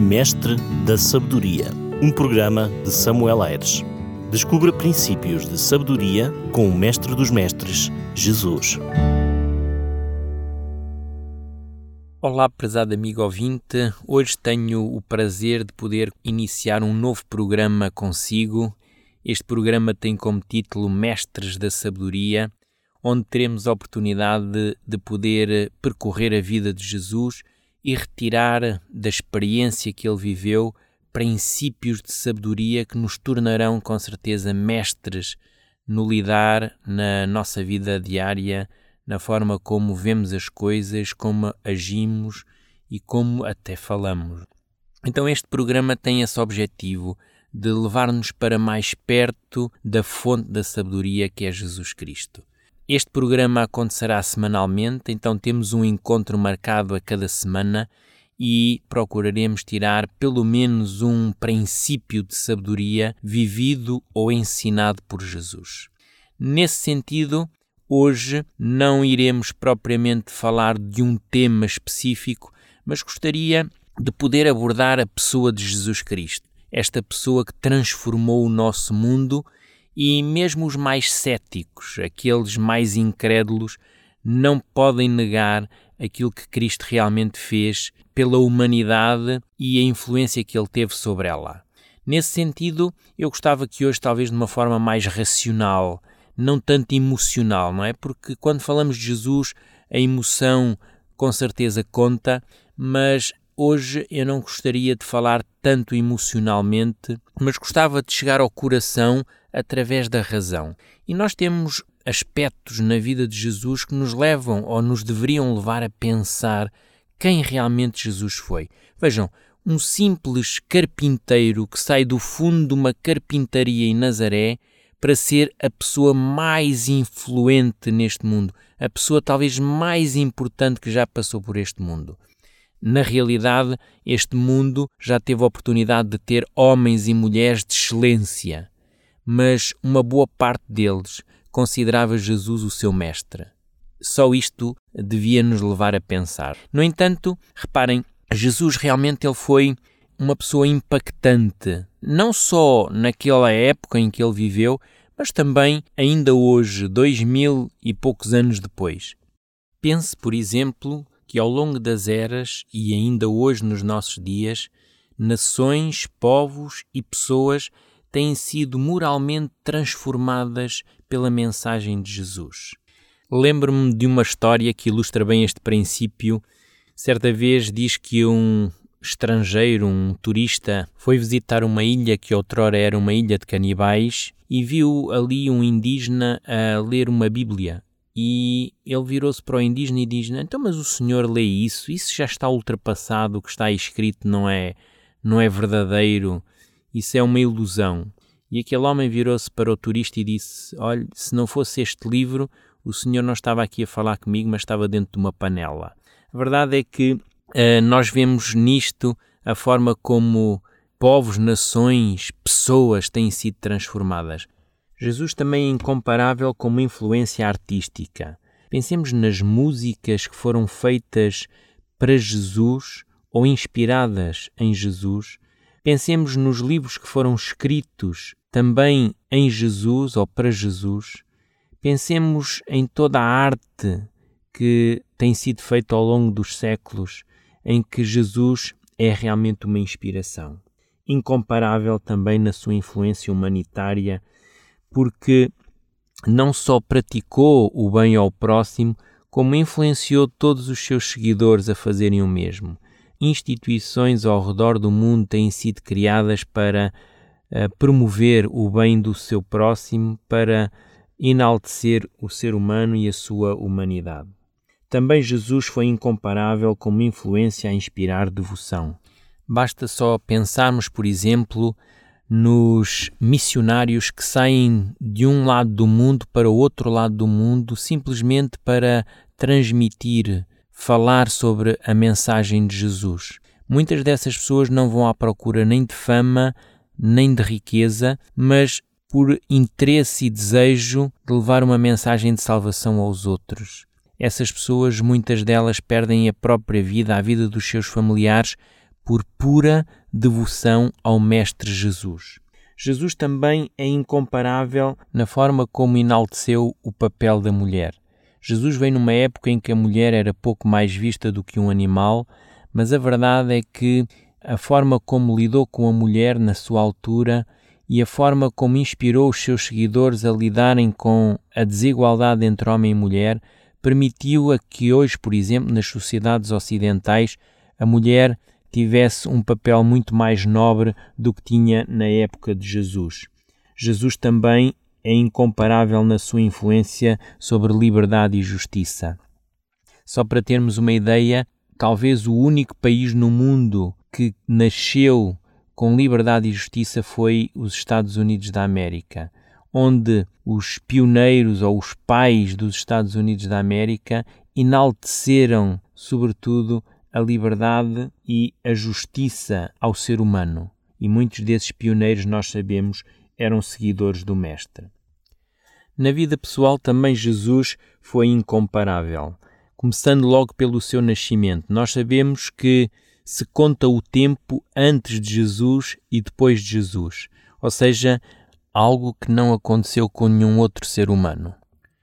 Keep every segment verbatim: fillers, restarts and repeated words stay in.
Mestre da Sabedoria, um programa de Samuel Aires. Descubra princípios de sabedoria com o Mestre dos Mestres, Jesus. Olá, prezado amigo ouvinte. Hoje tenho o prazer de poder iniciar um novo programa consigo. Este programa tem como título Mestres da Sabedoria, onde teremos a oportunidade de, de poder percorrer a vida de Jesus e retirar da experiência que ele viveu princípios de sabedoria que nos tornarão com certeza mestres no lidar na nossa vida diária, na forma como vemos as coisas, como agimos e como até falamos. Então este programa tem esse objetivo de levar-nos para mais perto da fonte da sabedoria que é Jesus Cristo. Este programa acontecerá semanalmente, então temos um encontro marcado a cada semana e procuraremos tirar pelo menos um princípio de sabedoria vivido ou ensinado por Jesus. Nesse sentido, hoje não iremos propriamente falar de um tema específico, mas gostaria de poder abordar a pessoa de Jesus Cristo, esta pessoa que transformou o nosso mundo. E mesmo os mais céticos, aqueles mais incrédulos, não podem negar aquilo que Cristo realmente fez pela humanidade e a influência que ele teve sobre ela. Nesse sentido, eu gostava que hoje, talvez de uma forma mais racional, não tanto emocional, não é? Porque quando falamos de Jesus, a emoção com certeza conta, mas hoje eu não gostaria de falar tanto emocionalmente, mas gostava de chegar ao coração através da razão. E nós temos aspectos na vida de Jesus que nos levam ou nos deveriam levar a pensar quem realmente Jesus foi. Vejam, um simples carpinteiro que sai do fundo de uma carpintaria em Nazaré para ser a pessoa mais influente neste mundo, a pessoa talvez mais importante que já passou por este mundo. Na realidade, este mundo já teve a oportunidade de ter homens e mulheres de excelência, mas uma boa parte deles considerava Jesus o seu mestre. Só isto devia nos levar a pensar. No entanto, reparem, Jesus realmente ele foi uma pessoa impactante, não só naquela época em que ele viveu, mas também ainda hoje, dois mil e poucos anos depois. Pense, por exemplo, que ao longo das eras e ainda hoje nos nossos dias, nações, povos e pessoas têm sido moralmente transformadas pela mensagem de Jesus. Lembro-me de uma história que ilustra bem este princípio. Certa vez diz que um estrangeiro, um turista, foi visitar uma ilha que outrora era uma ilha de canibais e viu ali um indígena a ler uma Bíblia. E ele virou-se para o indígena e diz: então, mas o senhor lê isso? Isso já está ultrapassado, o que está escrito não é, não é verdadeiro, isso é uma ilusão. E aquele homem virou-se para o turista e disse: olha, se não fosse este livro, o senhor não estava aqui a falar comigo, mas estava dentro de uma panela. A verdade é que uh, nós vemos nisto a forma como povos, nações, pessoas têm sido transformadas. Jesus também é incomparável como influência artística. Pensemos nas músicas que foram feitas para Jesus ou inspiradas em Jesus. Pensemos nos livros que foram escritos também em Jesus ou para Jesus. Pensemos em toda a arte que tem sido feita ao longo dos séculos, em que Jesus é realmente uma inspiração. Incomparável também na sua influência humanitária, porque não só praticou o bem ao próximo, como influenciou todos os seus seguidores a fazerem o mesmo. Instituições ao redor do mundo têm sido criadas para uh, promover o bem do seu próximo, para enaltecer o ser humano e a sua humanidade. Também Jesus foi incomparável como influência a inspirar devoção. Basta só pensarmos, por exemplo, nos missionários que saem de um lado do mundo para o outro lado do mundo simplesmente para transmitir, falar sobre a mensagem de Jesus. Muitas dessas pessoas não vão à procura nem de fama, nem de riqueza, mas por interesse e desejo de levar uma mensagem de salvação aos outros. Essas pessoas, muitas delas, perdem a própria vida, a vida dos seus familiares, por pura devoção ao Mestre Jesus. Jesus também é incomparável na forma como enalteceu o papel da mulher. Jesus veio numa época em que a mulher era pouco mais vista do que um animal, mas a verdade é que a forma como lidou com a mulher na sua altura e a forma como inspirou os seus seguidores a lidarem com a desigualdade entre homem e mulher permitiu a que hoje, por exemplo, nas sociedades ocidentais, a mulher tivesse um papel muito mais nobre do que tinha na época de Jesus. Jesus também é incomparável na sua influência sobre liberdade e justiça. Só para termos uma ideia, talvez o único país no mundo que nasceu com liberdade e justiça foi os Estados Unidos da América, onde os pioneiros ou os pais dos Estados Unidos da América enalteceram, sobretudo, a liberdade e a justiça ao ser humano. E muitos desses pioneiros, nós sabemos, eram seguidores do Mestre. Na vida pessoal também Jesus foi incomparável. Começando logo pelo seu nascimento, nós sabemos que se conta o tempo antes de Jesus e depois de Jesus, ou seja, algo que não aconteceu com nenhum outro ser humano.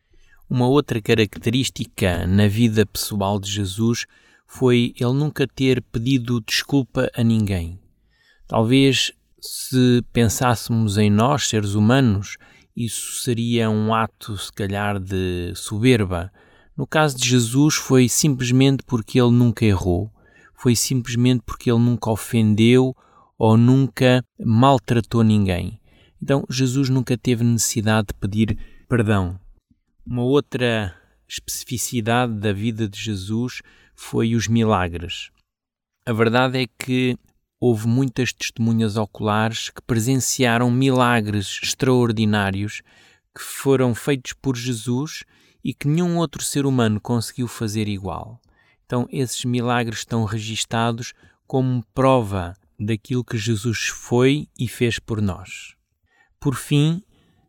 Uma outra característica na vida pessoal de Jesus foi ele nunca ter pedido desculpa a ninguém. Talvez, se pensássemos em nós, seres humanos, isso seria um ato, se calhar, de soberba. No caso de Jesus, foi simplesmente porque ele nunca errou, foi simplesmente porque ele nunca ofendeu ou nunca maltratou ninguém. Então, Jesus nunca teve necessidade de pedir perdão. Uma outra especificidade da vida de Jesus foi os milagres. A verdade é que houve muitas testemunhas oculares que presenciaram milagres extraordinários que foram feitos por Jesus e que nenhum outro ser humano conseguiu fazer igual. Então, esses milagres estão registados como prova daquilo que Jesus foi e fez por nós. Por fim,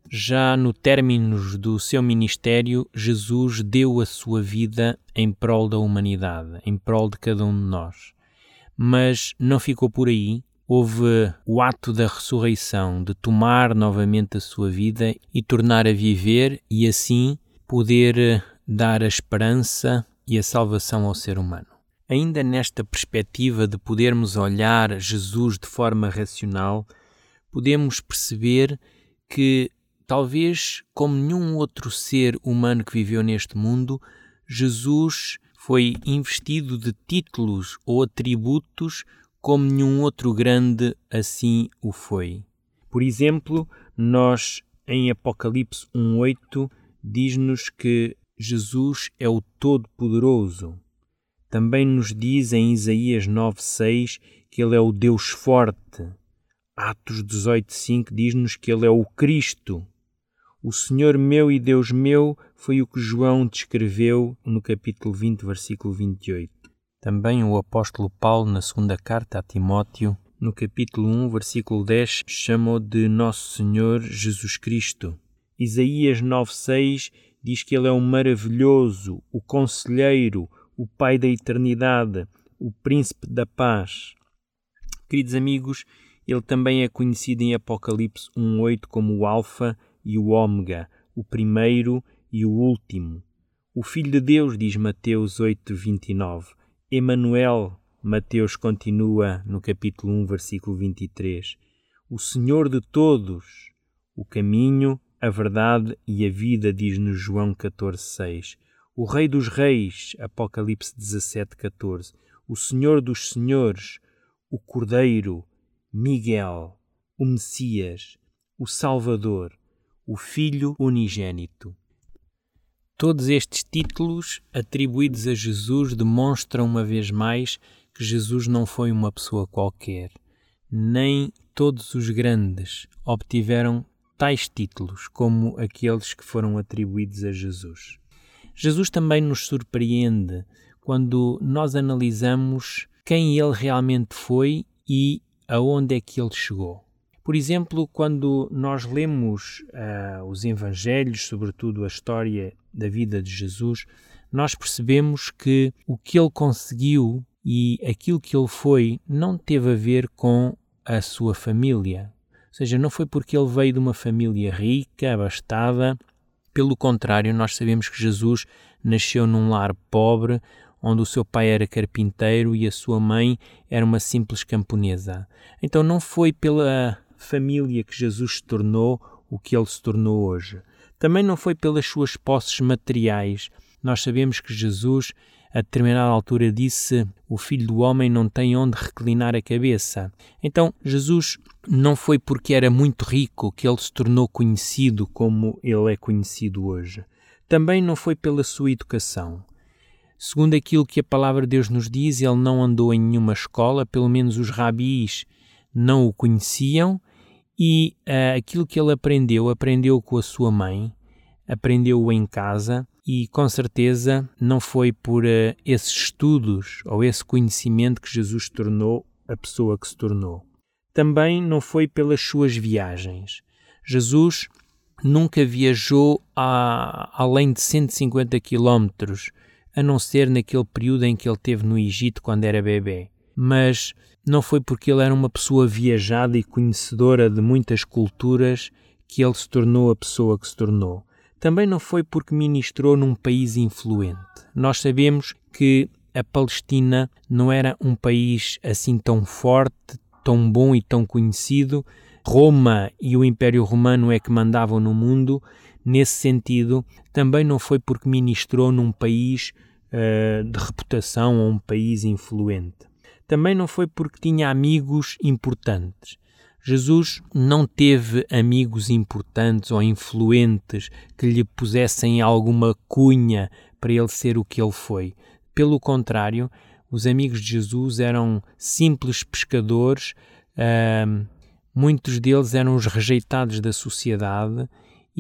já no término do seu ministério, Jesus deu a sua vida em prol da humanidade, em prol de cada um de nós. Mas não ficou por aí. Houve o ato da ressurreição, de tomar novamente a sua vida e tornar a viver e assim poder dar a esperança e a salvação ao ser humano. Ainda nesta perspectiva de podermos olhar Jesus de forma racional, podemos perceber que talvez, como nenhum outro ser humano que viveu neste mundo, Jesus foi investido de títulos ou atributos como nenhum outro grande assim o foi. Por exemplo, nós em Apocalipse um oito diz-nos que Jesus é o Todo-Poderoso. Também nos diz em Isaías nove seis que Ele é o Deus Forte. Atos dezoito cinco diz-nos que Ele é o Cristo. O Senhor meu e Deus meu foi o que João descreveu no capítulo vinte, versículo vinte e oito. Também o apóstolo Paulo, na segunda carta a Timóteo, no capítulo um, versículo dez, chama-o de Nosso Senhor Jesus Cristo. Isaías nove seis diz que Ele é o maravilhoso, o conselheiro, o Pai da eternidade, o Príncipe da paz. Queridos amigos, Ele também é conhecido em Apocalipse um oito como o Alfa e o Ômega, o primeiro e o último. O Filho de Deus, diz Mateus oito vinte e nove. Emanuel, Mateus continua no capítulo um, versículo vinte e três. O Senhor de todos, o caminho, a verdade e a vida, diz-nos João catorze seis. O Rei dos Reis, Apocalipse dezassete catorze. O Senhor dos Senhores, o Cordeiro, Miguel, o Messias, o Salvador, o Filho unigênito. Todos estes títulos atribuídos a Jesus demonstram uma vez mais que Jesus não foi uma pessoa qualquer. Nem todos os grandes obtiveram tais títulos como aqueles que foram atribuídos a Jesus. Jesus também nos surpreende quando nós analisamos quem Ele realmente foi e aonde é que Ele chegou. Por exemplo, quando nós lemos uh, os Evangelhos, sobretudo a história da vida de Jesus, nós percebemos que o que Ele conseguiu e aquilo que ele foi não teve a ver com a sua família. Ou seja, não foi porque ele veio de uma família rica, abastada. Pelo contrário, nós sabemos que Jesus nasceu num lar pobre, onde o seu pai era carpinteiro e a sua mãe era uma simples camponesa. Então não foi pela família que Jesus se tornou o que ele se tornou hoje. Também não foi pelas suas posses materiais. Nós sabemos que Jesus, a determinada altura, disse: o Filho do Homem não tem onde reclinar a cabeça. Então, Jesus não foi porque era muito rico que ele se tornou conhecido como ele é conhecido hoje. Também não foi pela sua educação. Segundo aquilo que a Palavra de Deus nos diz, ele não andou em nenhuma escola, pelo menos os rabis não o conheciam, e uh, aquilo que ele aprendeu, aprendeu com a sua mãe, aprendeu-o em casa, e com certeza não foi por uh, esses estudos ou esse conhecimento que Jesus se tornou a pessoa que se tornou. Também não foi pelas suas viagens. Jesus nunca viajou a, além de cento e cinquenta quilómetros, a não ser naquele período em que ele esteve no Egito quando era bebê. Mas não foi porque ele era uma pessoa viajada e conhecedora de muitas culturas que ele se tornou a pessoa que se tornou. Também não foi porque ministrou num país influente. Nós sabemos que a Palestina não era um país assim tão forte, tão bom e tão conhecido. Roma e o Império Romano é que mandavam no mundo. Nesse sentido, também não foi porque ministrou num país uh, de reputação ou um país influente. Também não foi porque tinha amigos importantes. Jesus não teve amigos importantes ou influentes que lhe pusessem alguma cunha para ele ser o que ele foi. Pelo contrário, os amigos de Jesus eram simples pescadores, uh, muitos deles eram os rejeitados da sociedade,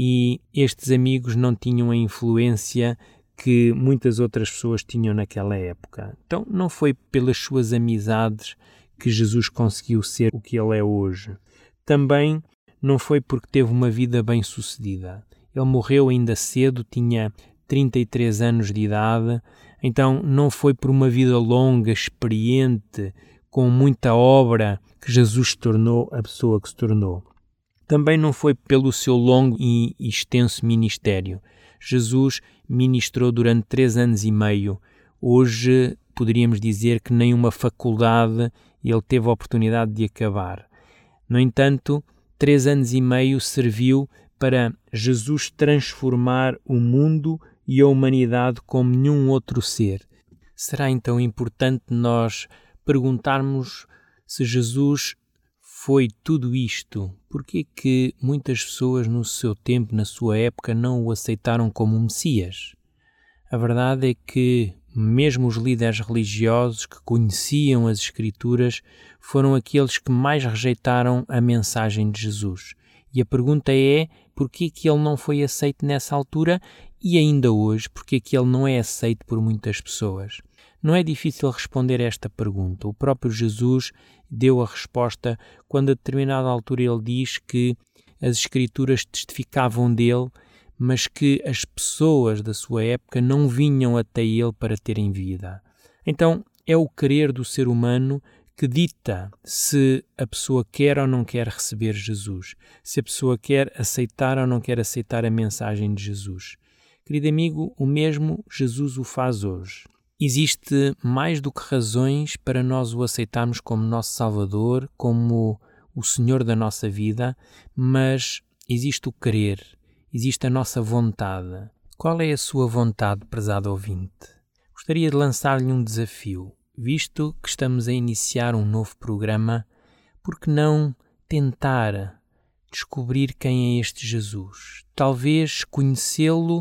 e estes amigos não tinham a influência que muitas outras pessoas tinham naquela época. Então não foi pelas suas amizades que Jesus conseguiu ser o que ele é hoje. Também não foi porque teve uma vida bem-sucedida. Ele morreu ainda cedo, tinha trinta e três anos de idade, então não foi por uma vida longa, experiente, com muita obra, que Jesus se tornou a pessoa que se tornou. Também não foi pelo seu longo e extenso ministério. Jesus ministrou durante três anos e meio. Hoje poderíamos dizer que nem uma faculdade ele teve a oportunidade de acabar. No entanto, três anos e meio serviu para Jesus transformar o mundo e a humanidade como nenhum outro ser. Será então importante nós perguntarmos se Jesus foi tudo isto? Porquê que muitas pessoas no seu tempo, na sua época, não o aceitaram como Messias? A verdade é que mesmo os líderes religiosos que conheciam as Escrituras foram aqueles que mais rejeitaram a mensagem de Jesus. E a pergunta é, porquê que ele não foi aceito nessa altura e ainda hoje, porquê que ele não é aceito por muitas pessoas? Não é difícil responder a esta pergunta. O próprio Jesus deu a resposta quando a determinada altura ele diz que as Escrituras testificavam dele, mas que as pessoas da sua época não vinham até ele para terem vida. Então é o querer do ser humano que dita se a pessoa quer ou não quer receber Jesus, se a pessoa quer aceitar ou não quer aceitar a mensagem de Jesus. Querido amigo, o mesmo Jesus o faz hoje. Existe mais do que razões para nós o aceitarmos como nosso Salvador, como o Senhor da nossa vida, mas existe o querer, existe a nossa vontade. Qual é a sua vontade, prezado ouvinte? Gostaria de lançar-lhe um desafio. Visto que estamos a iniciar um novo programa, por que não tentar descobrir quem é este Jesus? Talvez conhecê-lo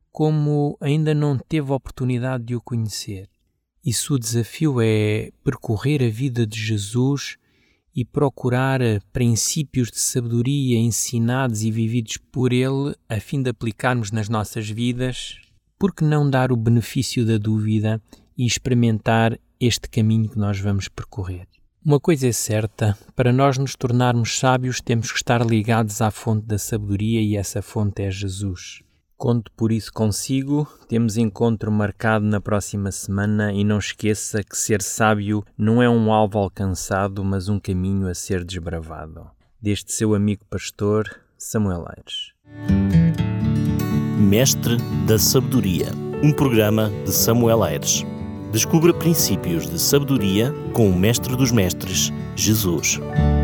como ainda não teve a oportunidade de o conhecer. E se o desafio é percorrer a vida de Jesus e procurar princípios de sabedoria ensinados e vividos por ele a fim de aplicarmos nas nossas vidas, por que não dar o benefício da dúvida e experimentar este caminho que nós vamos percorrer? Uma coisa é certa, para nós nos tornarmos sábios temos que estar ligados à fonte da sabedoria e essa fonte é Jesus. Conto por isso consigo, temos encontro marcado na próxima semana e não esqueça que ser sábio não é um alvo alcançado, mas um caminho a ser desbravado. Deste seu amigo pastor, Samuel Aires. Mestre da Sabedoria, um programa de Samuel Aires. Descubra princípios de sabedoria com o Mestre dos Mestres, Jesus.